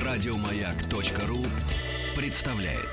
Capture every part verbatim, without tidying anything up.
Радиомаяк.ру представляет.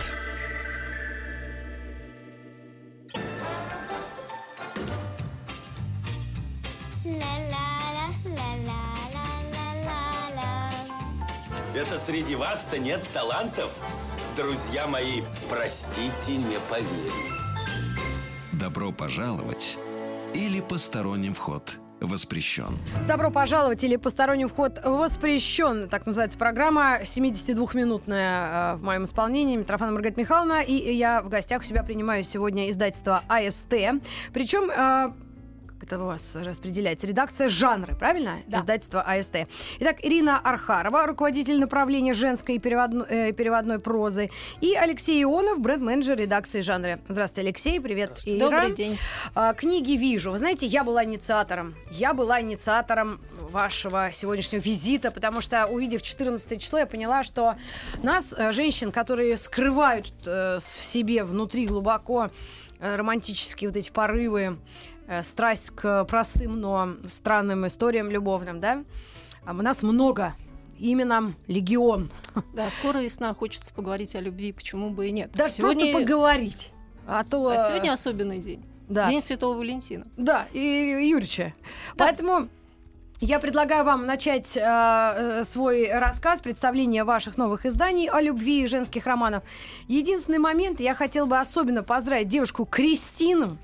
Это среди вас-то нет талантов? Друзья мои, простите, не поверю. Добро пожаловать или посторонним вход воспрещен. Добро пожаловать или посторонний вход воспрещен. Так называется программа, семидесятидвухминутная в моем исполнении. Митрофанова Маргарита Михайловна. И я в гостях у себя принимаю сегодня издательство АСТ. Причем... это у вас распределяется. Редакция «Жанры», правильно? Да. Издательство АСТ. Итак, Ирина Архарова, руководитель направления женской и переводной, э, переводной прозы. И Алексей Ионов, бренд-менеджер редакции «Жанры». Здравствуйте, Алексей. Привет, Ира. Добрый день. А, книги вижу. Вы знаете, я была инициатором. Я была инициатором вашего сегодняшнего визита, потому что, увидев четырнадцатое число, я поняла, что нас, женщин, которые скрывают э, в себе внутри глубоко э, романтические вот эти порывы, страсть к простым, но странным историям любовным, да? А у нас много. Имя нам легион. Да, скоро весна, хочется поговорить о любви, почему бы и нет. Даже сегодня... просто поговорить. А, то... а сегодня особенный день. Да. День Святого Валентина. Да, и Юрича. Да. Поэтому я предлагаю вам начать э, свой рассказ, представление ваших новых изданий о любви и женских романов. Единственный момент, я хотела бы особенно поздравить девушку Кристину.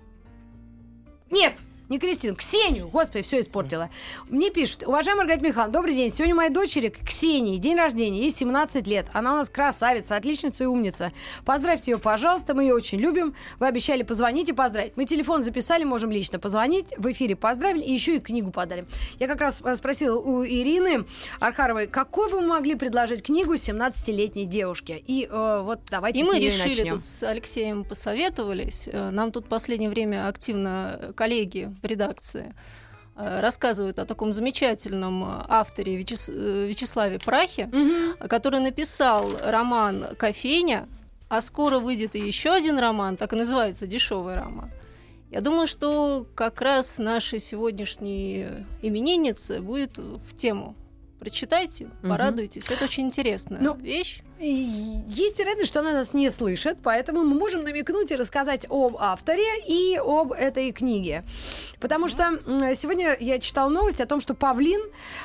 Нет, не Кристину, Ксению. Господи, все испортила. Мне пишут: уважаемая Маргарита Михайловна, добрый день. Сегодня у моей дочери Ксении день рождения, ей семнадцать лет. Она у нас красавица, отличница и умница. Поздравьте ее, пожалуйста, мы ее очень любим. Вы обещали позвонить и поздравить. Мы телефон записали, можем лично позвонить. В эфире поздравили и еще и книгу подарим. Я как раз спросила у Ирины Архаровой, какой бы мы могли предложить книгу семнадцатилетней девушке. И э, вот давайте и с мы нее решили, начнем. тут с Алексеем посоветовались. Нам тут в последнее время активно коллеги в редакции рассказывают о таком замечательном авторе Вячес... Вячеславе Прахе, угу. который написал роман «Кофейня», а скоро выйдет и еще один роман, так и называется «Дешевый роман». Я думаю, что как раз нашей сегодняшней имениннице будет в тему. Прочитайте, угу. порадуйтесь. Это очень интересная ну, вещь. Есть вероятность, что она нас не слышит, поэтому мы можем намекнуть и рассказать об авторе и об этой книге. Потому что сегодня я читала новость о том, что павлин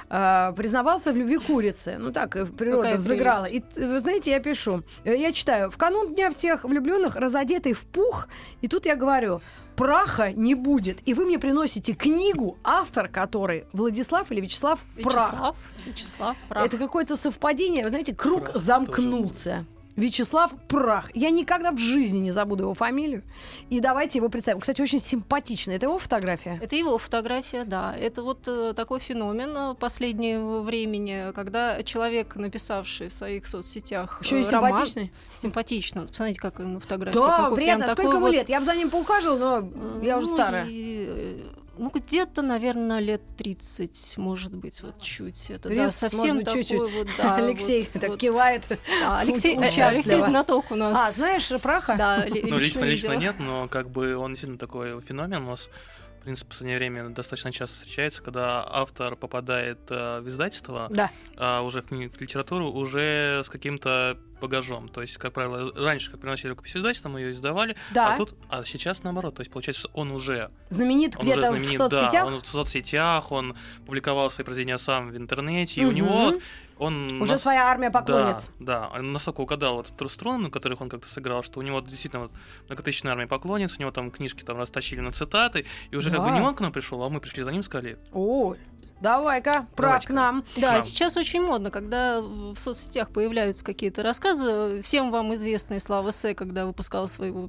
э, признавался в любви курицы. Ну так, природа Какая взыграла. Прелесть. И вы знаете, я пишу, я читаю: в канун Дня всех влюбленных, разодетый в пух, и тут я говорю: праха не будет. И вы мне приносите книгу, автор которой Владислав или Вячеслав Прах. Вячеслав, Вячеслав Прах. Это какое-то совпадение. Вы знаете, круг Прах замкнулся. Вячеслав Прах. Я никогда в жизни не забуду его фамилию. И давайте его представим. Кстати, очень симпатично. Это его фотография? Это его фотография, да. Это вот э, такой феномен последнего времени, когда человек, написавший в своих соцсетях Еще и роман, симпатичный? Симпатично. Вот посмотрите, как он на фотографии. Да, приятно. А сколько ему вот... лет? Я бы за ним поухаживала, но я ну, уже старая. И... Ну, где-то, наверное, лет тридцать, может быть, вот чуть. Это тридцать, да, совсем быть, такой чуть-чуть. вот, да. Алексей вот, так вот. кивает. Да, Алексей, Алексей знаток у нас. А, знаешь, Праха? Да, ну, лично, лично нет, но как бы он действительно такой феномен. У нас, в принципе, в последнее время достаточно часто встречается, когда автор попадает э, в издательство, да. э, уже в, в литературу, уже с каким-то багажом. То есть, как правило, раньше, как приносили рукопись издательства, мы ее издавали, да. а тут, а сейчас наоборот. То есть, получается, что он уже знаменит он где-то уже знаменит, в соцсетях. Да, он в соцсетях, он публиковал свои произведения сам в интернете, угу. и у него он уже нас... своя армия поклонниц. Да, да, он настолько угадал вот эту струну, на которых он как-то сыграл, что у него действительно вот многотысячная армия поклонниц, у него там книжки там растащили на цитаты, и уже да. как бы не он к нам пришел, а мы пришли за ним, сказали: о, давай-ка, Прах к нам. Да, нам. Сейчас очень модно, когда в соцсетях появляются какие-то рассказы. Всем вам известный Слава Сэ, когда выпускал своего,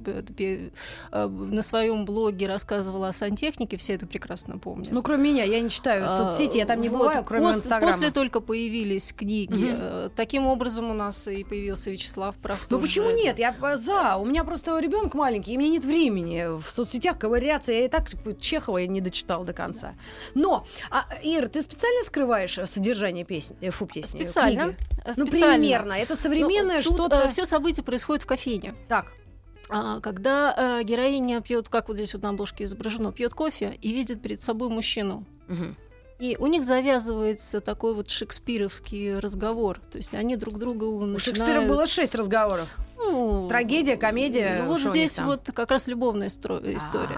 на своем блоге, рассказывала о сантехнике, все это прекрасно помнят. Ну, кроме меня, я не читаю соцсети, я там не вот. бываю, кроме Пос- Инстаграма. После только появились книги. Угу. Таким образом у нас и появился Вячеслав Прах. Ну тоже. почему нет? Я за. У меня просто ребенок маленький, и мне нет времени в соцсетях ковыряться. Я и так Чехова я не дочитала до конца. Но, а, Ира, ты специально скрываешь содержание песни, фу, песни? Специально. Книги? специально. Ну, примерно. Это современное ну, что-то... Э, все события происходят в кофейне. Так. А, когда э, героиня пьет, как вот здесь вот на обложке изображено, пьет кофе и видит перед собой мужчину. Угу. И у них завязывается такой вот шекспировский разговор. То есть они друг друга начинают... У Шекспира было шесть разговоров. Ну, трагедия, комедия. Ну, вот здесь вот как раз любовная история.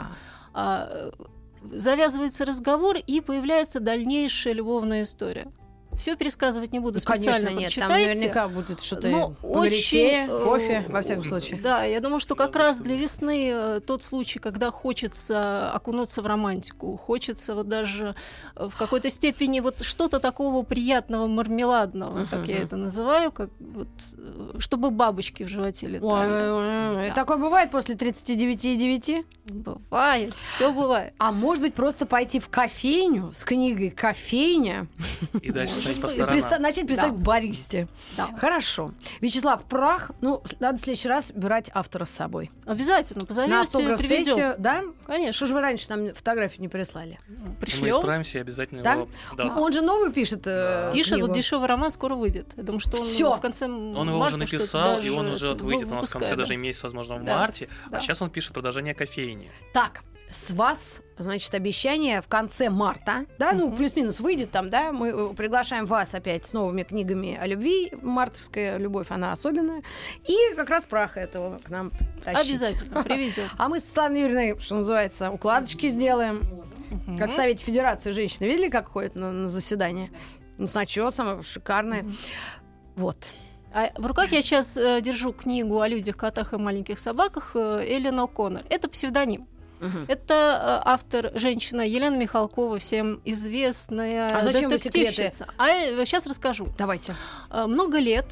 А, завязывается разговор, и появляется дальнейшая любовная история. Все пересказывать не буду, ну, специально конечно, нет, прочитайте. там наверняка будет что-то погорячее, очень, кофе, во всяком случае. Да, я думаю, что как раз для весны тот случай, когда хочется окунуться в романтику, хочется вот даже в какой-то степени вот что-то такого приятного, мармеладного, uh-huh. как я это называю, как вот, чтобы бабочки в животе летали. Ой, да. Такое бывает после тридцати девяти и девяти? Бывает, все бывает. А может быть, просто пойти в кофейню с книгой «Кофейня» и дальше по Приста- начать писать да. к баристе. Да. Хорошо. Вячеслав, прах. Ну, надо в следующий раз брать автора с собой. Обязательно. Позовите, на автограф-сессию, да? Конечно. Что же вы раньше нам фотографию не прислали? Пришлем. Мы исправимся и обязательно да? его... Да. Он же новый пишет да. э, Пишет, книгу. вот дешевый роман скоро выйдет. Я думаю, что он Всё. в конце Он его уже написал, и он уже вот выйдет у нас в конце да. даже месяца, возможно, в да. марте. Да. А сейчас он пишет продолжение «Кофейни». Так, с вас, значит, обещание в конце марта, да, ну, mm-hmm. плюс-минус выйдет там, да, мы приглашаем вас опять с новыми книгами о любви, мартовская любовь, она особенная, и как раз прах этого к нам тащить. Обязательно, привезем. А мы с Светланой Юрьевной, что называется, укладочки сделаем, mm-hmm. как в Совете Федерации женщины, видели, как ходят на, на заседание? Ну, с начесом, шикарные. Mm-hmm. Вот. А в руках я сейчас э, держу книгу о людях, котах и маленьких собаках э, Эллен О'Коннор. Это псевдоним. Uh-huh. Это э, автор, женщина Елена Михалкова, всем известная а зачем детективщица. А э, сейчас расскажу. Давайте. Э, много лет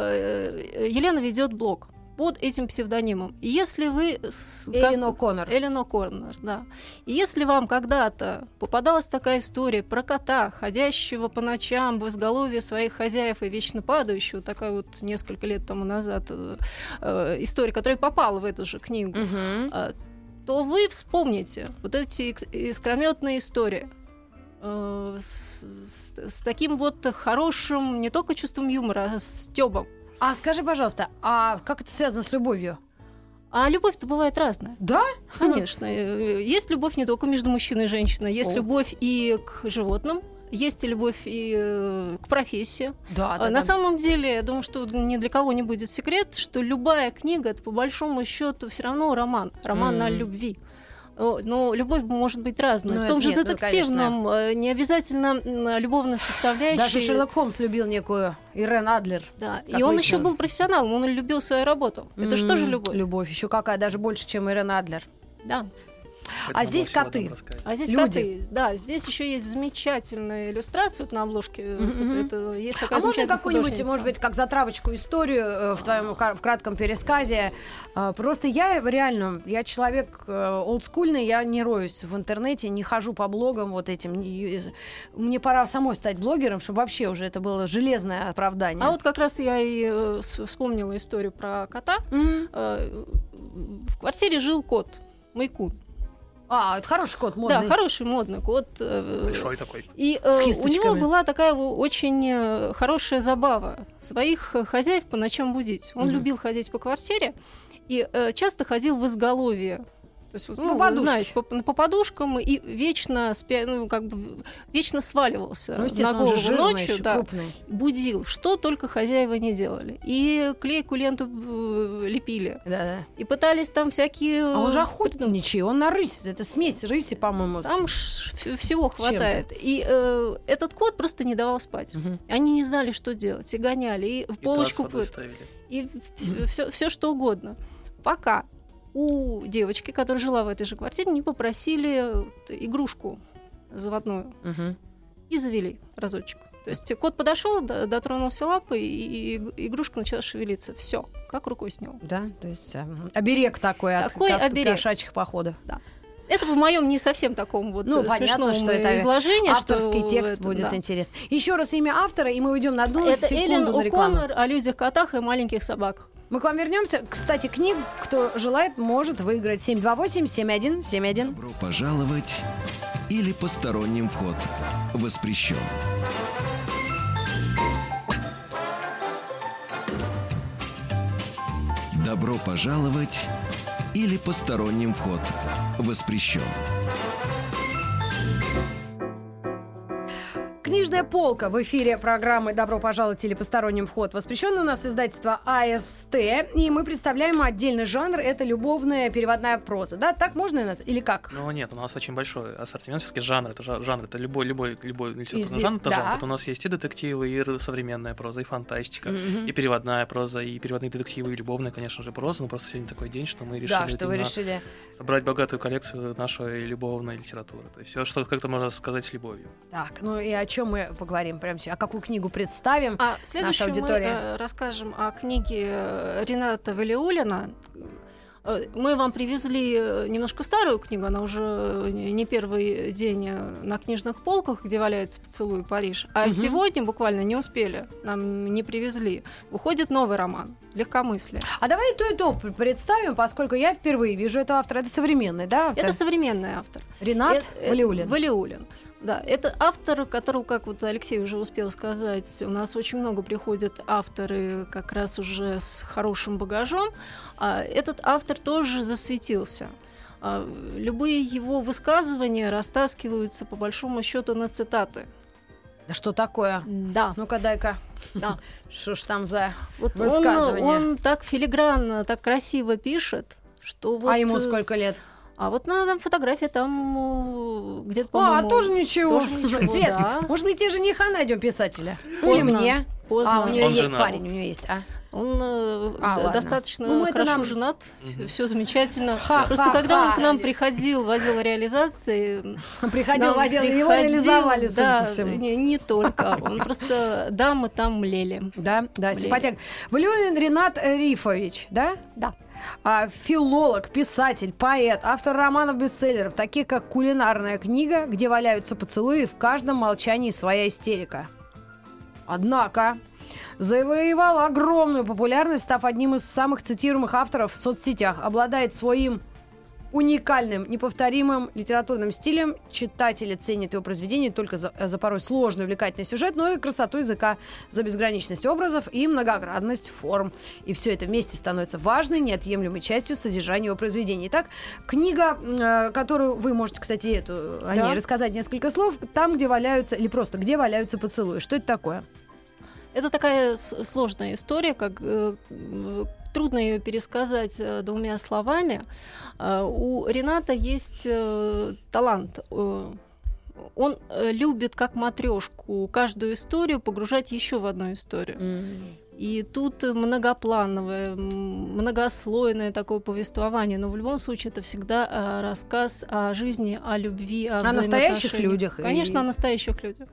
э, Елена ведет блог под этим псевдонимом. И если вы... Эллен О'Коннор. Эллен О'Коннор, да. И если вам когда-то попадалась такая история про кота, ходящего по ночам в изголовье своих хозяев и вечно падающего, такая вот несколько лет тому назад э, э, история, которая попала в эту же книгу, uh-huh. э, то вы вспомните вот эти искрометные истории э, с, с, с таким вот хорошим не только чувством юмора, а с стёбом. А скажи, пожалуйста, а как это связано с любовью? А любовь-то бывает разная. Да? Конечно. Есть любовь не только между мужчиной и женщиной, есть О. любовь и к животным, есть и любовь и к профессии. Да, да, На да. самом деле, я думаю, что ни для кого не будет секрет, что любая книга — это по большому счету все равно роман, роман mm. о любви. Но любовь может быть разной. Ну, в том же нет, детективном ну, не обязательно любовная составляющая. Даже Шерлок Холмс любил некую Ирен Адлер. Да, и он еще был профессионалом, он любил свою работу. Это mm, же тоже любовь. Любовь еще какая, даже больше, чем Ирен Адлер. Да. Это а здесь коты. А здесь Люди. коты. Да, здесь еще есть замечательная иллюстрация вот на обложке. Mm-hmm. Это, есть такая а можно какую-нибудь, может быть, как затравочку историю э, в твоем в кратком пересказе? Э, просто я реально, я человек э, олдскульный, я не роюсь в интернете, не хожу по блогам вот этим. Не, мне пора самой стать блогером, чтобы вообще уже это было железное оправдание. А вот как раз я и э, вспомнила историю про кота. Mm-hmm. Э, в квартире жил кот Майкун. А, это хороший кот, модный. Да, хороший модный кот. Большой такой. И э, у него была такая очень хорошая забава своих хозяев по ночам будить. Он mm-hmm. любил ходить по квартире и э, часто ходил в изголовье. То есть, ну, по, знаете, по, по подушкам и вечно, спя, ну, как бы, вечно сваливался ну, на голову жирный, ночью, еще, да, крупный. будил, что только хозяева не делали. И клейкую ленту лепили. Да-да. И пытались там всякие... А он же охотничий, он на рысь. Это смесь рыси, по-моему. Там с... всего хватает. Чем-то. И э, этот кот просто не давал спать. Угу. Они не знали, что делать. И гоняли, и в полочку... И, и все, все что угодно. Пока у девочки, которая жила в этой же квартире, не попросили игрушку заводную. Угу. И завели разочек. То есть кот подошел, дотронулся лапой, и игрушка начала шевелиться. Все, как рукой снял. Да, то есть э, оберег такой, такой от, оберег. от кошачьих походов. Да. Это в моем не совсем таком вот ну, смешном понятно, что это изложении. Авторский что текст это, будет да. интересен. Еще раз имя автора, и мы уйдем на одну это секунду Эллен на рекламу. О'Коннор о людях, котах и маленьких собаках. Мы к вам вернемся. Кстати, книг, кто желает, может выиграть. семь два восемь семь один семь один. Добро пожаловать или посторонним вход воспрещен. Добро пожаловать или посторонним вход воспрещен. Книжная полка в эфире программы «Добро пожаловать» или «Посторонним вход». Воспрещено у нас издательство АСТ, и мы представляем отдельный жанр. Это любовная переводная проза. Да, так можно у нас или как? Ну нет, у нас очень большой ассортимент, все-таки жанр. Это жанр, это любой, любой, любой литературный Из... жанр. Это да. жанр. Вот у нас есть и детективы, и современная проза, и фантастика, mm-hmm. и переводная проза, и переводные детективы, и любовная, конечно же, проза. Но просто сегодня такой день, что мы решили, да, что вы решили собрать богатую коллекцию нашей любовной литературы. То есть все, что как-то можно сказать с любовью. Так, ну и о чем мы поговорим прямо сейчас? А какую книгу представим? А следующую наша аудитория? мы э, расскажем о книге Рената Валиуллина. Мы вам привезли немножко старую книгу, она уже не первый день на книжных полках, где валяется «Поцелуй Париж». А угу. сегодня буквально не успели, нам не привезли. Выходит новый роман «Легкомыслие». А давай то и то представим, поскольку я впервые вижу этого автора. Это современный, да, автор? Это современный автор. Ренат э- Валиуллин. Валиуллин. Да, это автор, которого, как вот Алексей уже успел сказать, у нас очень много приходят авторы как раз уже с хорошим багажом. А этот автор тоже засветился. А любые его высказывания растаскиваются по большому счету на цитаты. Да что такое? Да. Ну-ка, дай-ка. Да. Что ж там за вот высказывание? Он, он так филигранно, так красиво пишет, что вот... А ему сколько лет? А вот на там, фотографии там где-то, по-моему... А, тоже ничего. Тоже ничего, Свет, да. Может, мы тебе жениха найдем писателя? Поздно. Или мне? Поздно. А, у нее Он есть женат. парень, у нее есть, а? Он а, д- достаточно ну, хорошо нам... женат, угу. все замечательно. Ха-ха-ха. Просто когда он к нам приходил в отдел реализации... Приходил в отдел, его реализовали, судя да, по всему. Не, не только. Он просто... Да, мы там млели. Да, да, симпатяк. Валиуллин Ренат Рифович, да? Да. А, филолог, писатель, поэт, автор романов-бестселлеров, таких как «Кулинарная книга», где валяются поцелуи, в каждом молчании своя истерика. Однако завоевал огромную популярность, став одним из самых цитируемых авторов в соцсетях. Обладает своим уникальным, неповторимым литературным стилем. Читатели ценят его произведения только за, за порой сложный, увлекательный сюжет, но и красоту языка, за безграничность образов и многогранность форм. И все это вместе становится важной, неотъемлемой частью содержания его произведений. Итак, книга, э, которую вы можете, кстати, эту, о да. ней рассказать несколько слов, там, где валяются, или просто где валяются поцелуи. Что это такое? Это такая сложная история, как э, трудно ее пересказать э, двумя словами. Э, у Рената есть э, талант. Э, он э, любит, как матрёшку, каждую историю погружать еще в одну историю. Mm. И тут многоплановое, многослойное такое повествование, но в любом случае это всегда э, рассказ о жизни, о любви, о, о настоящих людях. Конечно, и... о настоящих людях.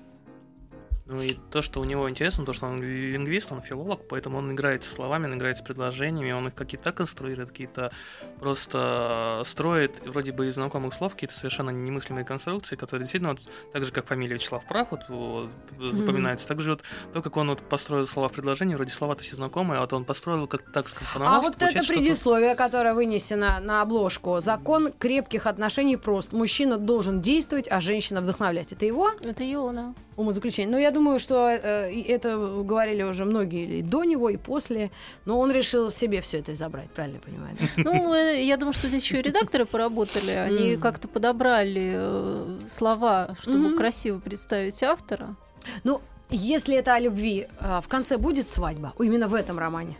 Ну и то, что у него интересно, то, что он лингвист, он филолог, поэтому он играет с словами, он играет с предложениями, он их какие-то так конструирует, какие-то просто строит вроде бы из знакомых слов какие-то совершенно немыслимые конструкции, которые действительно, вот, так же, как фамилия Вячеслав Прах, вот, вот, запоминается, mm-hmm. так же вот то, как он вот построил слова в предложении, вроде слова-то все знакомые, а вот он построил как так скомпоновал, а вот это предисловие, которое вынесено на обложку. Закон крепких отношений прост. Мужчина должен действовать, а женщина вдохновлять. Это его? Это его, да. Умозаключение. Но я думаю, что э, это говорили уже многие и до него, и после. Но он решил себе все это забрать, правильно я понимаю? Ну, я думаю, что здесь еще и редакторы поработали. Они как-то подобрали слова, чтобы красиво представить автора. Ну, если это о любви, в конце будет свадьба? Именно в этом романе?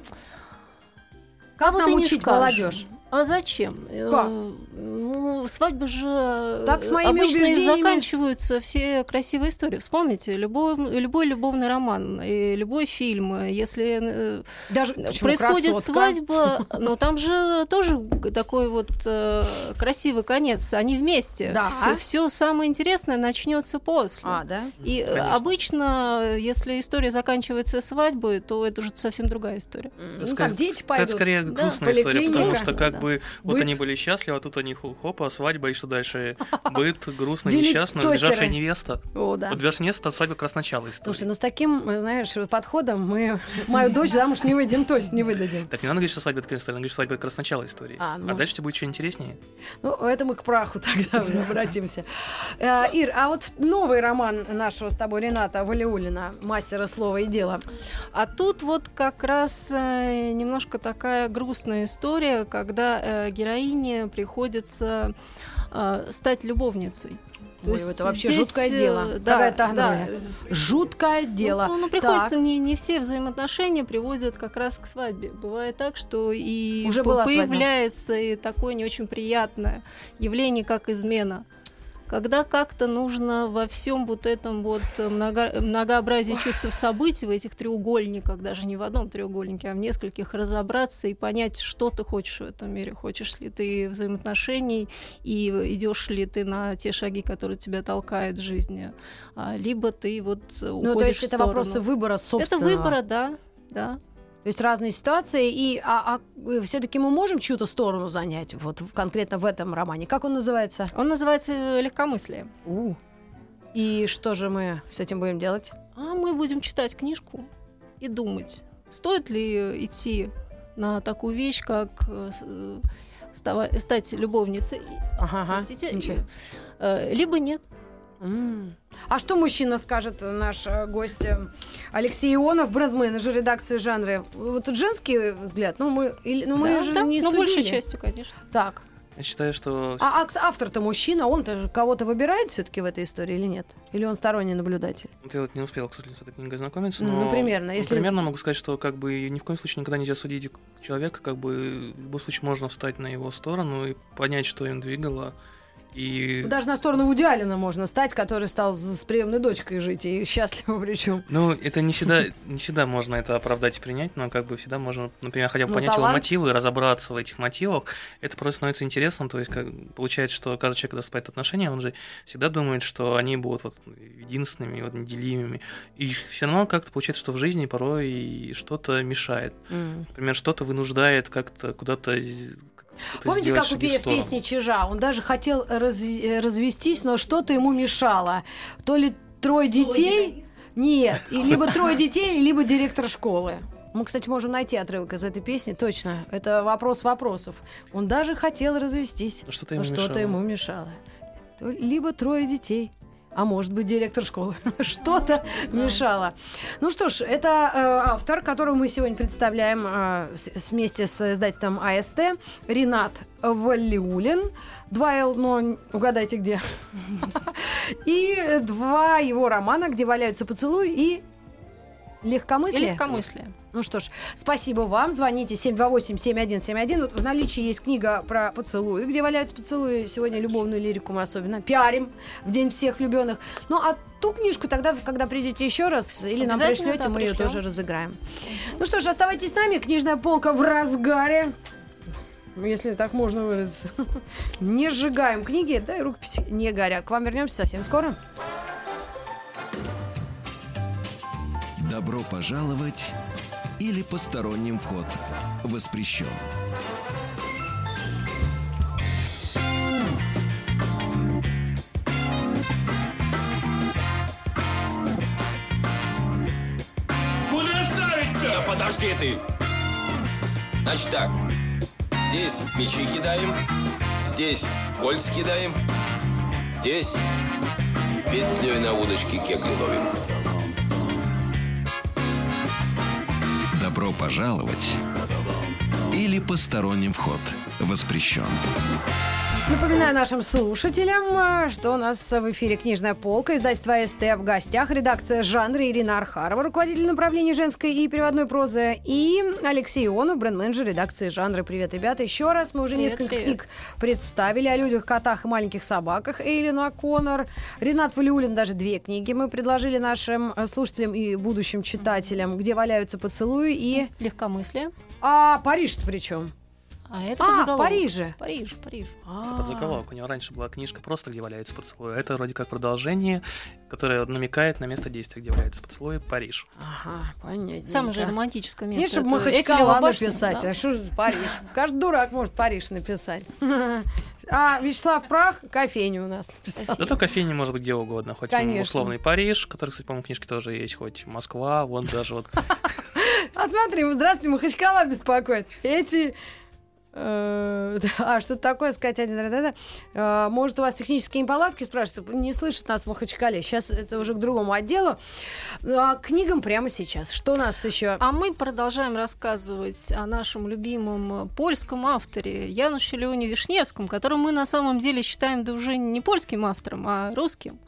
Как нам учить молодежь? А зачем? Как? Ну, свадьбы же так с моими обычно убеждениями... заканчиваются все красивые истории. Вспомните, любой, любой любовный роман и любой фильм, если даже происходит красотка. Свадьба, но там же тоже такой вот э, красивый конец. Они вместе. Да. Все, все самое интересное начнется после. А, да? И Конечно. Обычно, если история заканчивается свадьбой, то это уже совсем другая история. Ну, это как дети пойдут. Это скорее да, грустная история, потому что как да. бы вот Быт. они были счастливы, а тут они хопа, свадьба, и что дальше? Быт, грустно, Делить несчастно, тостеры. сбежавшая невеста. О, да. Вот сбежавшая невеста, свадьба как раз начало истории. Слушай, ну с таким, знаешь, подходом мы мою дочь замуж не выйдем, точно не выдадим. Так не надо говорить, что свадьба это конец истории, надо говорить, что свадьба это как раз начало истории. А, А, ну, дальше тебе будет еще интереснее. Ну, это мы к праху тогда уже обратимся. Э, Ир, а вот новый роман нашего с тобой Рената Валиуллина, «Мастера слова и дела». А тут вот как раз э, немножко такая грустная история, когда э, героине приходится э, стать любовницей. Ой, есть это вообще здесь, жуткое дело. да, Какая-то да. Жуткое дело. Ну, ну, приходится, не, не все взаимоотношения приводят как раз к свадьбе. Бывает так, что и Уже по- была появляется и такое не очень приятное явление, как измена. Когда как-то нужно во всем вот этом вот много, многообразии чувств событий, в этих треугольниках, даже не в одном треугольнике, а в нескольких, разобраться и понять, что ты хочешь в этом мире. Хочешь ли ты взаимоотношений и идешь ли ты на те шаги, которые тебя толкают в жизни, а, либо ты вот уходишь Ну, то есть в это сторону. вопросы выбора собственного. Это выбора, да, да. То есть разные ситуации, и а, а все-таки мы можем чью-то сторону занять, вот в- конкретно в этом романе. Как он называется? Он называется «Легкомыслие». У. И что же мы с этим будем делать? А мы будем читать книжку и думать, стоит ли идти на такую вещь, как э, с- э, става- стать любовницей, Ага, ага. простите, Ничего. и, э, либо нет. М. А что мужчина скажет, наш э, гость э, Алексей Ионов, бренд-менеджер редакции «Жанры»? Вот тут женский взгляд, ну мы, или, ну, мы Да, же да, не но судили. большей частью, конечно. Так, Я считаю, что... а, а кс- автор-то мужчина, он-то же кого-то выбирает все-таки в этой истории или нет? Или он сторонний наблюдатель? Вот я вот не успел, к сожалению, с этой книгой ознакомиться, Ну, но... ну, примерно, ну, если- примерно могу сказать, что как бы ни в коем случае никогда нельзя судить человека, как бы в любом случае можно встать на его сторону и понять, что им двигало. И... Даже на сторону Вуди Аллена можно стать, который стал с с приемной дочкой жить, и счастливо причем. Ну, это не всегда, не всегда можно это оправдать и принять, но как бы всегда можно, например, хотя бы Ну, понять его талант. мотивы, разобраться в этих мотивах. Это просто становится интересным. То есть, как, получается, что каждый человек, когда вступает в отношения, он же всегда думает, что они будут вот единственными, вот неделимыми. И все равно как-то получается, что в жизни порой и что-то мешает. М. Например, что-то вынуждает как-то куда-то. как-то Помните, сделать как у шаги в пе- в сторону. песне Чижа? Он даже хотел раз- э, развестись, но что-то ему мешало. То ли трое детей... Нет, и либо трое детей, либо директор школы. Мы, кстати, можем найти отрывок из этой песни. Точно, это вопрос вопросов. Он даже хотел развестись, Ну, что-то но ему что-то мешало. ему мешало. То- Либо трое детей, а может быть, директор школы. Что-то мешало. Ну что ж, это э, автор, которого мы сегодня представляем э, с- вместе с издательством АСТ, Ринат Валиуллин. Два Л, но угадайте где. И два его романа, где валяются поцелуи и И легкомыслие. легкомыслие. Ну что ж, спасибо вам. Звоните семь два восемь семь один семь один. Вот в наличии есть книга про поцелуи, где валяются поцелуи. Сегодня любовную лирику мы особенно пиарим в День всех влюбленных. Ну а ту книжку тогда, когда придете еще раз или нам Обязательно, пришлете, да, мы ее пришлем. тоже разыграем. Ну что ж, оставайтесь с нами. Книжная полка в разгаре. Если так можно выразиться. Не сжигаем книги, да и рукописи не горят. К вам вернемся совсем скоро. Добро пожаловать или посторонним вход воспрещен. Куда ставить-то? Да подожди ты! Значит так, здесь мячи кидаем, здесь кольца кидаем, здесь петлей на удочке кегли ловим. Добро пожаловать или посторонним вход воспрещен. Напоминаю нашим слушателям, что у нас в эфире «Книжная полка», издательство АСТ, в гостях редакция «Жанры» Ирина Архарова, руководитель направления женской и переводной прозы, и Алексей Ионов, бренд-менеджер редакции «Жанры». Привет, ребята. Еще раз мы уже Привет, несколько привет. книг представили о людях, котах и маленьких собаках. Эйлин О'Коннор, Ринат Валиуллин, даже две книги мы предложили нашим э, слушателям и будущим читателям, где валяются поцелуи и... Легкомыслие. А Париж-то при чем? А это А, в подзаголовок. Париже. Париж, Париж. Под заголовок. У него раньше была книжка просто, где валяется поцелуй. Это вроде как продолжение, которое намекает на место действия, где валяется поцелуй, Париж. Ага, понятно. Самое же романтическое место. Не, чтобы это Махачкала Эйфелева башня, написать, да. а что же Париж? Каждый дурак может Париж написать. А Вячеслав Прах кофейню у нас написал. Зато кофейни может быть где угодно. Хоть Конечно. условный Париж, который, кстати, по-моему, книжки тоже есть, хоть Москва, вон даже вот... А смотри, здравствуйте, Махачкала беспокоит. Эти А, что такое, сказать один. Может, у вас технические неполадки, спрашивают, не слышит нас в Махачкале. Сейчас это уже к другому отделу. А к книгам прямо сейчас. Что у нас еще? А мы продолжаем рассказывать о нашем любимом польском авторе Януше Леоне Вишневском, которого мы на самом деле считаем да уже не польским автором, а русским.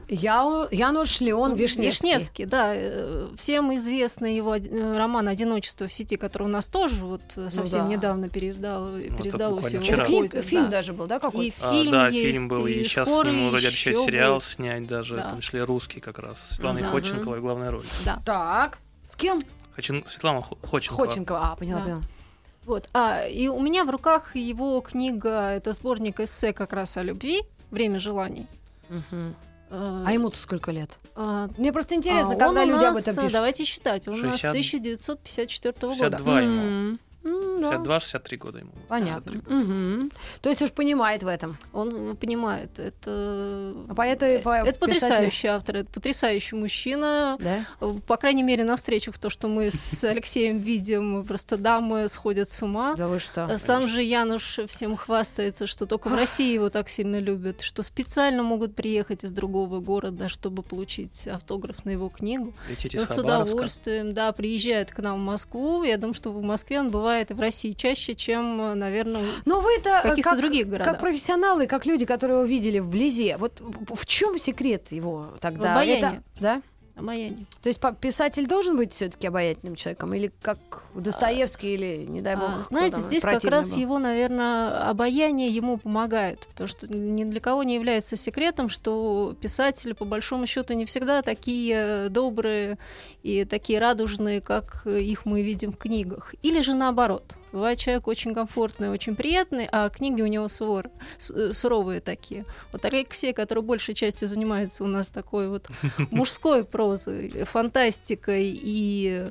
Я, Януш Леон Вишневский. Вишневский, да. Всем известный его роман «Одиночество в сети», который у нас тоже вот совсем ну, да. недавно переиздал, ну, переиздалось. Его это книг, да. фильм даже был, да, какой-то? И фильм а, да, есть, фильм был, и, и сейчас с нему вроде обещают сериал будет. снять даже, да. в том числе русский как раз, с Светланой uh-huh. Ходченковой в главной роли. Да. Так, с кем? Хочин... Светлана Ходченкова. Ходченкова, а, поняла, да. поняла. Вот. А, и у меня в руках его книга, это сборник эссе как раз о любви, «Время желаний». Uh-huh. А ему-то сколько лет? А, Мне просто интересно, а когда люди нас, об этом пишут. Давайте считать, он шестьдесят... у нас тысяча девятьсот пятьдесят четвёртого шестьдесят два года. ему. Mm-hmm. Mm, шестьдесят два шестьдесят три года ему. Понятно. Угу. То есть уж понимает в этом. Он понимает. Это, а поэты, это, по... это потрясающий автор, это потрясающий мужчина. Да? По крайней мере, на встречах, то, что мы с Алексеем видим, просто дамы сходят с ума. Да вы что? Сам Конечно. же Януш всем хвастается, что только в России его так сильно любят, что специально могут приехать из другого города, чтобы получить автограф на его книгу. Летите Он с удовольствием, да, приезжает к нам в Москву. Я думаю, что в Москве он бывает и в России чаще, чем, наверное, Но вы-то в каких-то как, других городах. Как профессионалы, как люди, которые его видели вблизи, вот в чем секрет его тогда? В обаянии. Это, да? Обаяние. То есть писатель должен быть все-таки обаятельным человеком, или как Достоевский, а, или, не дай бог, а, знаете, здесь как раз был. Его, наверное, обаяние ему помогает, потому что ни для кого не является секретом, что писатели, по большому счету, не всегда такие добрые и такие радужные, как их мы видим в книгах. Или же наоборот. Бывает человек очень комфортный, очень приятный, а книги у него сувор, суровые такие. Вот Алексей, который большей частью занимается у нас такой вот мужской прозой, фантастикой и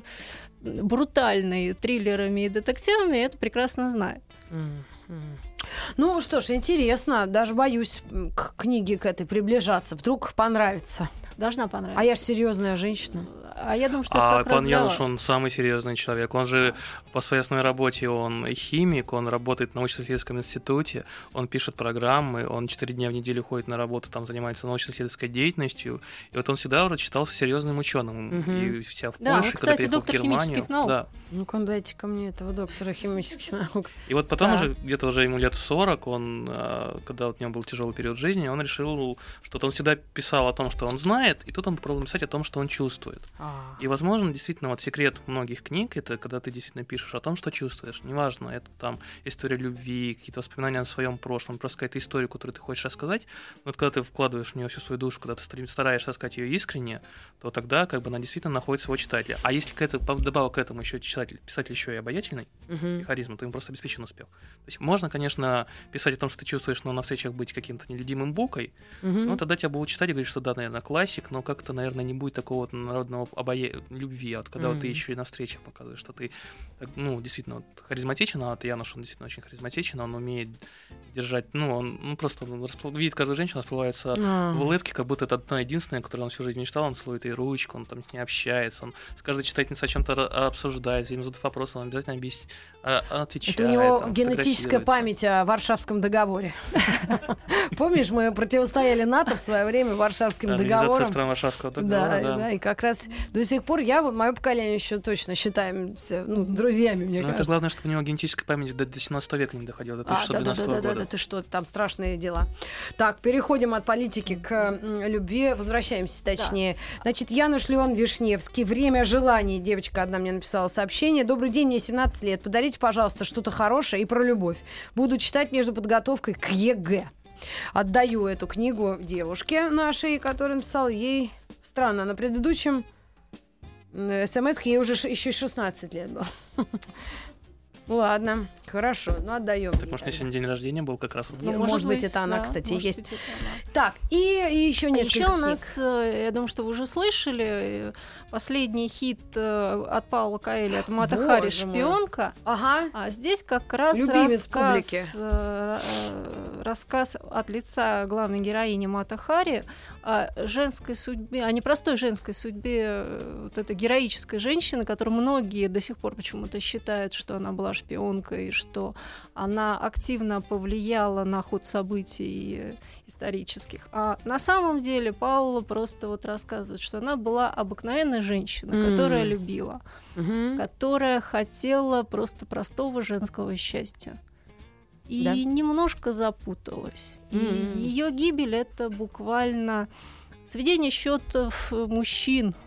брутальной триллерами и детективами, это прекрасно знает. Ну что ж, интересно. Даже боюсь к книге к этой приближаться. Вдруг понравится. Должна понравиться. А я же серьезная женщина. А я думаю, что а это как раз пан Януш, он самый серьезный человек. Он же по своей основной работе, он химик, он работает в научно-исследовательском институте, он пишет программы, он четыре дня в неделю ходит на работу, там занимается научно-исследовательской деятельностью. И вот он всегда уже считался серьезным ученым. Угу. И вся в да, Польше, он, когда кстати, приехал в Германию. Наук. Да. Ну-ка, дайте ко мне этого доктора химических наук. И вот потом да. уже, где-то уже ему лет сорок, он, когда вот у него был тяжелый период жизни, он решил, что он всегда писал о том, что он знает, и тут он попробовал написать о том, что он чувствует. А. И, возможно, действительно, вот секрет многих книг — это когда ты действительно пишешь о том, что чувствуешь. Неважно, это там история любви, какие-то воспоминания о своем прошлом, просто какая-то история, которую ты хочешь рассказать. Но вот когда ты вкладываешь в нее всю свою душу, когда ты стараешься рассказать ее искренне, то тогда как бы она действительно находит своего читателя. А если к этому, добавок к этому еще читатель, писатель еще и обаятельный, uh-huh. и харизма, то им просто обеспечен успех. То есть можно, конечно, писать о том, что ты чувствуешь, но на встречах быть каким-то нелюдимым букой, uh-huh. но тогда тебя будут читать и говорить, что да, наверное, классик, но как-то, наверное, не будет такого вот народного обая... любви. А вот когда mm-hmm. вот ты еще и на встречах показываешь, что ты, ну, действительно вот, харизматичен, а ты, Януш, он действительно очень харизматичен, он умеет держать, ну, он ну, просто он распл... видит каждую женщину, расплывается mm-hmm. в улыбке, как будто это одна единственная, которую он всю жизнь мечтал, он целует ей ручку, он там с ней общается, он с каждой читательницей о чем-то обсуждает, им задают вопросы, он обязательно объяснит, отвечает. Это у него там, генетическая память о Варшавском договоре. Помнишь, мы противостояли НАТО в свое время Варшавским договором. Организация стран Варшавского договора, да. Да, и как раз до сих пор я, вот мое поколение еще точно считаемся ну, друзьями, мне Но кажется. это главное, чтобы у него генетическая память до семнадцатого века не доходила, до тысяча шестьсот двенадцатого а, да, да, года. Да, да, ты что, там страшные дела. Так, переходим от политики к м, любви, возвращаемся точнее. Да. Значит, Януш Леон Вишневский, «Время желаний». Девочка одна мне написала сообщение. Добрый день, мне семнадцать лет. Подарите, пожалуйста, что-то хорошее и про любовь. Буду читать между подготовкой к ЕГЭ. Отдаю эту книгу девушке нашей, которая написала ей... Странно, на предыдущем смс-ке ей уже еще шестнадцать лет было. Ладно, хорошо, ну отдаем. Так, может, сегодня день рождения был как раз вот. Ну, может, может быть, это она, да, кстати, есть. Быть, это она. Так, и, и еще несколько Еще книг. у нас, я думаю, что вы уже слышали, последний хит от Паула Коэльо, от Мата Хари «Шпионка». Ага. А здесь как раз Любимец рассказ, рассказ от лица главной героини Мата Хари о женской судьбе, о непростой женской судьбе вот этой героической женщины, которую многие до сих пор почему-то считают, что она была шпионкой, что она активно повлияла на ход событий исторических. А на самом деле Паула просто вот рассказывает, что она была обыкновенной женщиной, mm. которая любила, mm-hmm. которая хотела просто простого женского счастья. И да. немножко запуталась. Mm-hmm. И ее гибель — это буквально сведение счетов мужчин,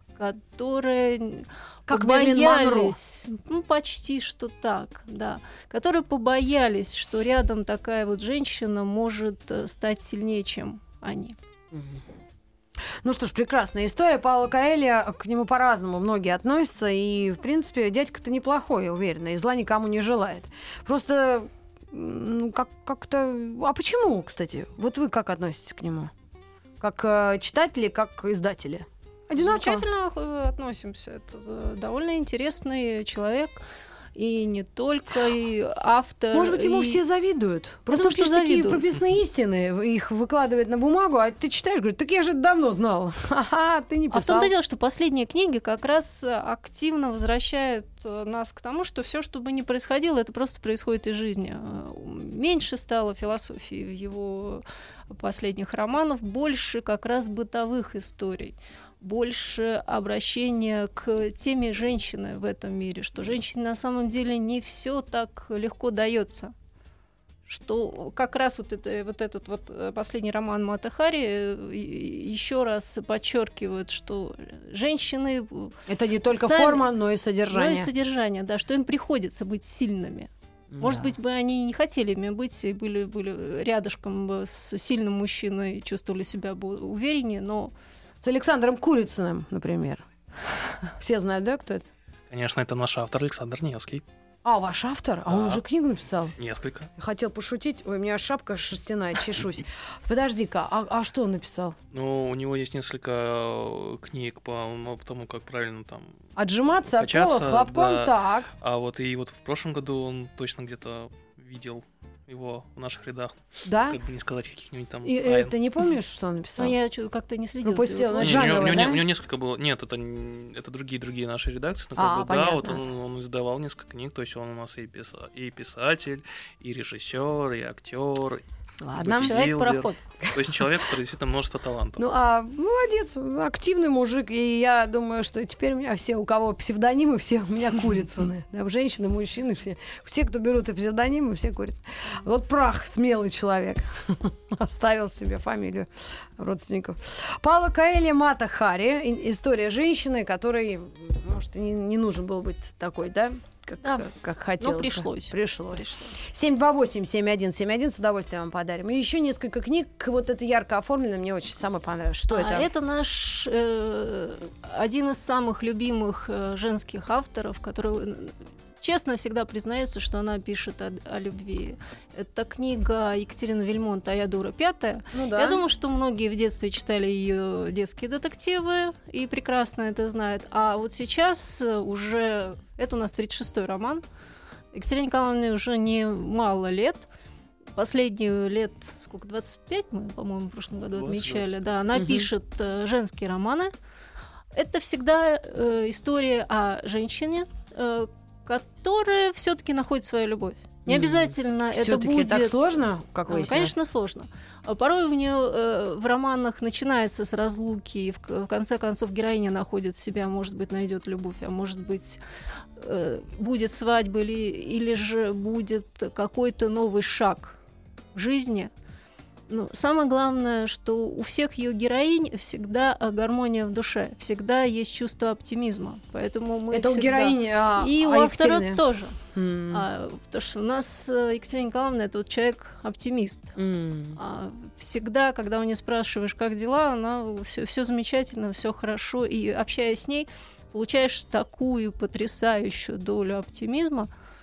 которые как побоялись, ну почти что так, да, которые побоялись, что рядом такая вот женщина может стать сильнее, чем они. Mm-hmm. Ну что ж, прекрасная история. Пауло Коэльо, к нему по-разному многие относятся, и, в принципе, дядька-то неплохой, я уверена, и зла никому не желает. Просто ну, как- как-то... А почему, кстати? Вот вы как относитесь к нему? Как э, читатели, как издатели? Одинаково? Замечательно относимся. Это довольно интересный человек. И не только и автор. Может быть, ему и... все завидуют. Просто Потому что что такие завидуют. прописные истины, их выкладывает на бумагу, а ты читаешь, говоришь, так я же это давно знал. Ха-ха, ты не писал. А в том-то дело, что последние книги как раз активно возвращают нас к тому, что все, что бы ни происходило, это просто происходит из жизни. Меньше стало философии в его последних романах, больше как раз бытовых историй. Больше обращения к теме женщины в этом мире, что женщине на самом деле не все так легко дается. Что как раз вот, это, вот этот вот последний роман Мата Хари еще раз подчеркивает, что женщины... Это не только сами, форма, но и содержание. Но и содержание, да, что им приходится быть сильными. Может Да. быть, бы они не хотели ими быть, и были, были рядышком с сильным мужчиной, чувствовали себя бы увереннее, но... С Александром Курицыным, например. Все знают, да, кто это? Конечно, это наш автор Александр Невский. А, ваш автор? А он Да. уже книгу написал? Несколько. Я хотел пошутить. Ой, у меня шапка шерстяная, чешусь. Подожди-ка, а, а что он написал? Ну, у него есть несколько э, книг по, ну, по тому, как правильно там... Отжиматься от Качаться, пола с хлопком? да. Так. А вот и вот в прошлом году он точно где-то видел его в наших рядах. Да? Как бы не сказать каких-нибудь там И тайн. э, ты не помнишь, что он написал? Но я чё- как-то не следила. Пропустила, за его ну, Не, творчеством. у, него, жанровый, у него не- да? у него несколько было. Нет, это, н- это другие другие наши редакции. Но как А, бы, да, вот понятно. он, он издавал несколько книг, то есть он у нас и, писа- и писатель, и режиссер, и актер. Ладно. Человек-пароход. То есть человек, который действительно множество талантов. Ну, а молодец, активный мужик. И я думаю, что теперь у меня все, у кого псевдонимы, все у меня Курицыны. Да, женщины, мужчины, все. Все, кто берут и псевдонимы, все Курицыны. Вот Прах, смелый человек. Оставил себе фамилию родственников. Пауло Коэльо, Мата Хари. И- История женщины, которой, может, и не, не нужен был быть такой, да? Как, Да. как, как хотелось. бы. пришлось. Пришлось. Пришлось. семь два восемь семь один семь один, с удовольствием вам подарим. И еще несколько книг, вот это ярко оформлено, мне очень самое понравилось. Что А это? это наш э, один из самых любимых э, женских авторов, который э, честно всегда признается, что она пишет о, о любви. Это книга Екатерины Вельмонт «Аядура пятая». Ну да. Я думаю, что многие в детстве читали ее детские детективы и прекрасно это знают. А вот сейчас э, уже... Это у нас тридцать шестой роман. Екатерине Николаевне уже немало лет. Последние лет, сколько, двадцать пять мы, по-моему, в прошлом году двадцать, отмечали. двадцать. Да, она Мгм. пишет э, женские романы. Это всегда э, история о женщине, э, которая все-таки находит свою любовь. Не Мгм. обязательно это Всё-таки будет... так сложно, как А, выяснилось? Конечно, сложно. А порой у нее э, в романах начинается с разлуки, и в, в конце концов героиня находит себя, может быть, найдет любовь, а может быть, э, будет свадьба или, или же будет какой-то новый шаг в жизни. Но самое главное, что у всех ее героинь всегда э, гармония в душе, всегда есть чувство оптимизма. Поэтому мы Это у всегда- героини, а, И у а автора Екатерины? тоже. М. А, потому что у нас э, Екатерина Николаевна — это вот человек-оптимист. М. А всегда, когда у нее спрашиваешь, как дела, она все замечательно, все хорошо. И общаясь с ней, получаешь такую потрясающую долю оптимизма,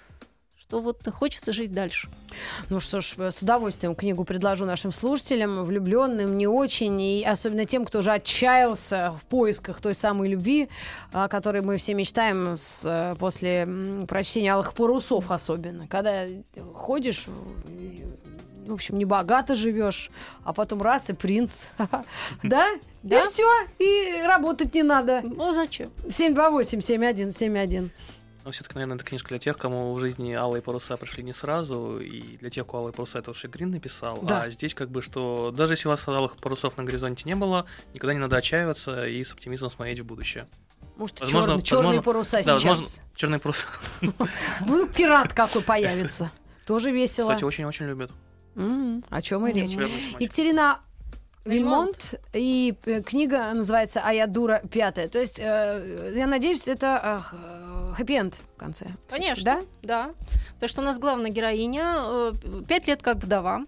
что вот хочется жить дальше. Ну что ж, с удовольствием книгу предложу нашим слушателям, влюбленным, не очень, и особенно тем, кто уже отчаялся в поисках той самой любви, о которой мы все мечтаем с, э, после м, прочтения «Алых парусов» особенно. Когда ходишь, в общем, не богато живешь, а потом раз и принц. Да? Да. И все, и работать не надо. Ну, зачем? семь два восемь семь один семь один. Но все-таки, наверное, это книжка для тех, кому в жизни алые паруса пришли не сразу, и для тех, у кого алые паруса, это уж и Грин написал. Да. А здесь как бы, что даже если у вас алых парусов на горизонте не было, никогда не надо отчаиваться и с оптимизмом смотреть в будущее. Может, Возможно, черные возможно, паруса Да, возможно, сейчас. черные паруса. Ну, пират какой появится. Тоже весело. Кстати, очень-очень любят. М, О чем и речь. Верный мальчик. Екатерина Вильмонт, и э, книга называется «А я дура пятая». То есть, э, я надеюсь, это э, хэппи-энд в конце. Конечно. Да? Да. Потому что у нас главная героиня э, пять лет как вдова.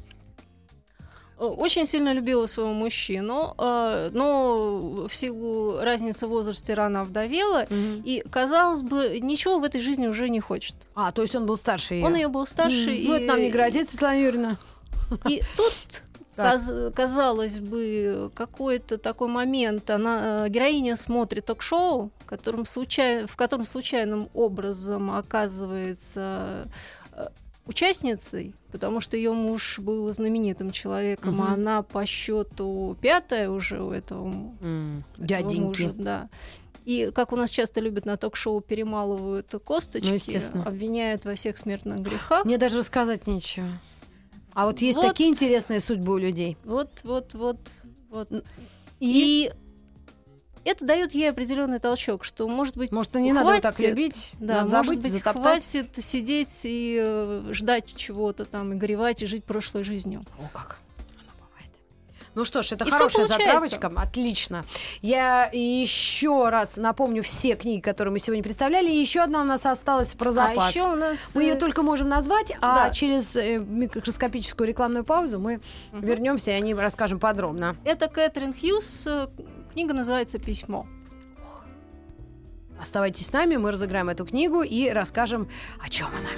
Э, Очень сильно любила своего мужчину, э, но в силу разницы в возрасте рано овдовела. Мгм. И, казалось бы, ничего в этой жизни уже не хочет. А, то есть он был старше её. Он ее был старше. М, Ну, это нам не грозит, Светлана Юрьевна. И тут, Так. каз- казалось бы, какой-то такой момент. Она, э, героиня смотрит ток-шоу, в котором, случай- в котором случайным образом оказывается э, участницей, потому что ее муж был знаменитым человеком, Мгм. а она по счету пятая уже у этого, м- М, этого Дяденьки. мужа, да. И, как у нас часто любят на ток-шоу, перемалывают косточки, Ну, естественно. обвиняют во всех смертных грехах. Мне даже рассказать нечего. А вот есть Вот. такие интересные судьбы у людей. Вот, вот, вот, вот. И, И это дает ей определенный толчок, что, может быть, может, и не надо вот так хватит, любить, да, надо может забыть, быть, затоптать. хватит сидеть и э, ждать чего-то там, и горевать, и жить прошлой жизнью. О, как оно бывает. Ну что ж, это И всё хорошая получается. затравочка. Отлично. Я еще раз напомню все книги, которые мы сегодня представляли. И еще одна у нас осталась про запас. А еще у нас... Мы ее э, только можем назвать, а да. через э, микроскопическую рекламную паузу мы Мгм. вернемся и о ней расскажем подробно. Это Кэтрин Хьюз. э, Книга называется «Письмо». Оставайтесь с нами, мы разыграем эту книгу и расскажем, о чем она.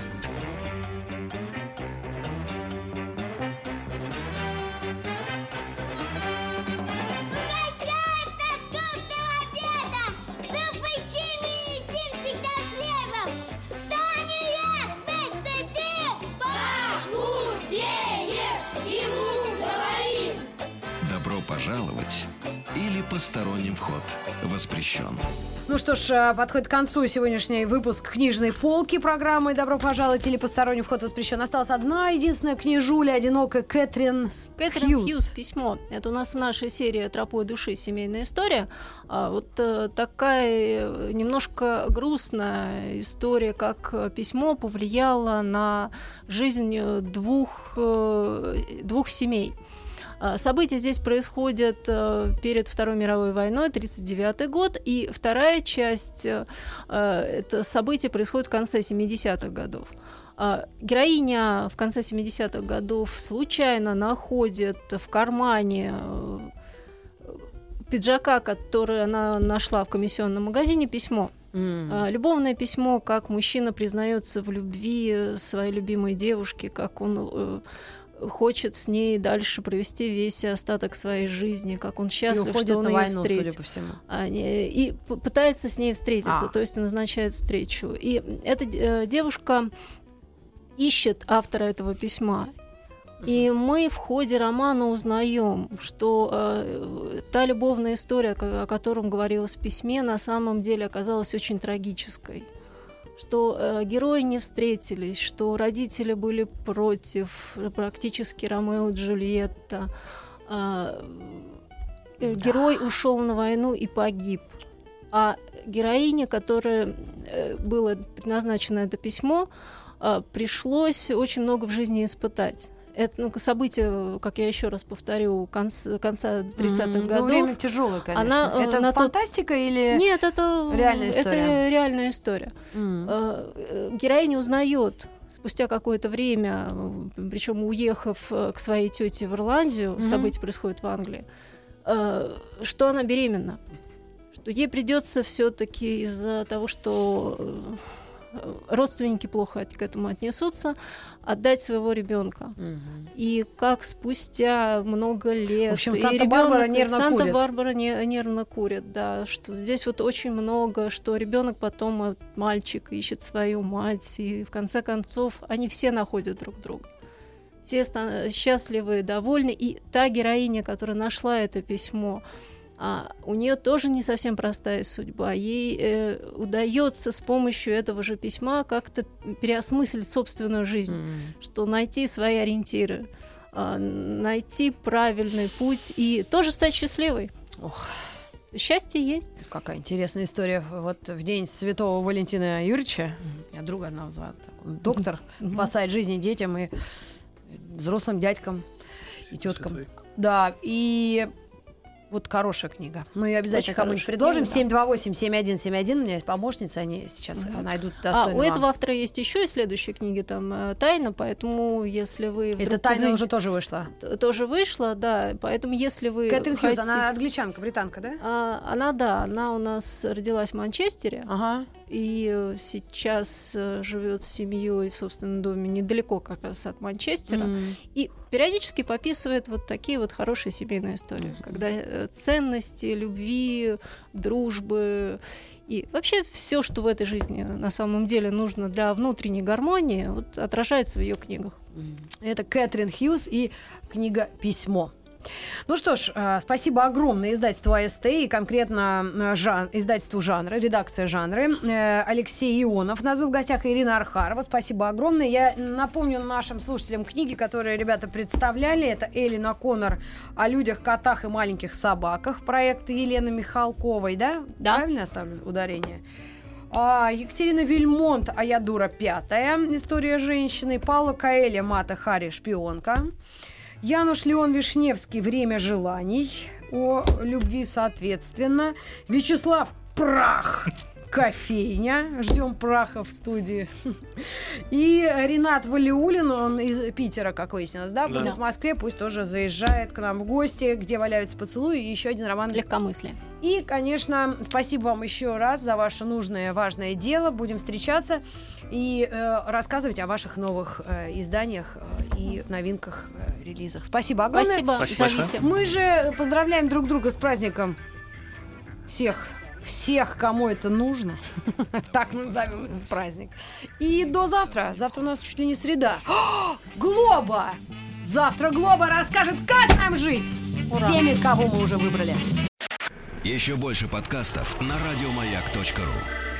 Добро пожаловать или посторонним вход воспрещен. Ну что ж, э, подходит к концу сегодняшний выпуск книжной полки программы «Добро пожаловать» или «Посторонний вход воспрещен». Осталась одна единственная книжуля, одинокая Кэтрин Кэтрин Хьюз. Хьюз. «Письмо». Это у нас в нашей серии «Тропой души. Семейная история». А, вот э, такая э, немножко грустная история, как э, письмо повлияло на жизнь э, двух, э, двух семей. А, События здесь происходят э, перед Второй мировой войной, тридцать девятый год, и вторая часть э, это события происходит в конце семидесятых годов. А, Героиня в конце семидесятых годов случайно находит в кармане э, пиджака, который она нашла в комиссионном магазине, письмо. М. А, Любовное письмо, как мужчина признается в любви своей любимой девушке, как он э, хочет с ней дальше провести весь остаток своей жизни, как он И счастлив, уходит что он на ее войну, встретил. судя по всему. А, не- И п- пытается с ней встретиться, А. то есть назначает встречу. И эта э, девушка ищет автора этого письма. И мы в ходе романа узнаем, что э, та любовная история, ко- о котором говорилось в письме, на самом деле оказалась очень трагической. Что э, герои не встретились, что родители были против, практически Ромео и Джульетта. Э, э, Герой ушел на войну и погиб. А героине, которой э, было предназначено это письмо, э, пришлось очень много в жизни испытать. Это ну, событие, как я еще раз повторю, конца, конца тридцатых М, ну, годов. время тяжелое, конечно. Она, э, это на тот- фантастика или... Нет, это Реальная это история. реальная история. М. Э, э, Героиня узнает спустя какое-то время, причем уехав э, к своей тете в Ирландию, Мгм. событие происходит в Англии, э, что она беременна, что ей придется все-таки из-за того, что э, родственники плохо от- к этому отнесутся, отдать своего ребенка. Мгм. И как спустя много лет... В общем, и Санта-Барбара ребёнок- нервно курит. Санта-Барбара не- нервно курит, да. Что здесь вот очень много, что ребенок потом, э, мальчик, ищет свою мать, и в конце концов они все находят друг друга. все ста- счастливы, довольны. И та героиня, которая нашла это письмо, а, у нее тоже не совсем простая судьба. Ей э, удается с помощью этого же письма как-то переосмыслить собственную жизнь, mm. что найти свои ориентиры, э, найти правильный путь и тоже стать счастливой. Ох. Счастье есть. Какая интересная история. Вот в день Святого Валентина Юрьевича, mm. я друга одного звала, доктор, mm-hmm. спасает жизни детям и взрослым дядькам и теткам. Святой. Да, и вот хорошая книга. Мы ее обязательно кому-нибудь предложим. семь два восемь семь один семь один. У меня есть помощница, они сейчас mm-hmm. найдут достойного. А, у этого автора есть еще и следующие книги, там «Тайна», поэтому если вы... Это «Тайна» позы... уже тоже вышла. Тоже вышла, да, поэтому если вы Кэтрин хотите... Хьюз, она англичанка, британка, да? А, она, да, она у нас родилась в Манчестере. Ага. И сейчас живет с семьей в собственном доме недалеко как раз от Манчестера. Mm. И периодически пописывает вот такие вот хорошие семейные истории, mm. когда ценности, любви, дружбы и вообще все, что в этой жизни на самом деле нужно для внутренней гармонии, вот отражается в ее книгах. Mm. Это Кэтрин Хьюз и книга «Письмо». Ну что ж, спасибо огромное издательству АСТ и конкретно жан, издательству «Жанры», редакция «Жанры». Алексей Ионов. У нас был в гостях Ирина Архарова. Спасибо огромное. Я напомню нашим слушателям книги, которые ребята представляли. Это Эллен О'Коннор о людях, котах и маленьких собаках. Проект Елены Михалковой, да? Да. Правильно я ставлю ударение? А, Екатерина Вильмонт «А я дура пятая». История женщины. Паула Коэльо «Мата Хари. Шпионка». Януш Леон Вишневский «Время желаний», о любви соответственно. Вячеслав Прах «Кофейня». Ждем Праха в студии. И Ренат Валиулин, он из Питера, как выяснилось, да, будет да. в Москве, пусть тоже заезжает к нам в гости, где валяются поцелуи, и еще один роман «Легкомыслие». И, конечно, спасибо вам еще раз за ваше нужное, важное дело. Будем встречаться и э, рассказывать о ваших новых э, изданиях э, и новинках, э, релизах. Спасибо огромное. Спасибо. Спасибо. Мы же поздравляем друг друга с праздником всех. Всех, кому это нужно. Так мы назовем этот праздник. И до завтра. Завтра у нас чуть ли не среда. О, Глоба! Завтра Глоба расскажет, как нам жить. Ура. С теми, кого мы уже выбрали. Еще больше подкастов на радиомаяк точка ру.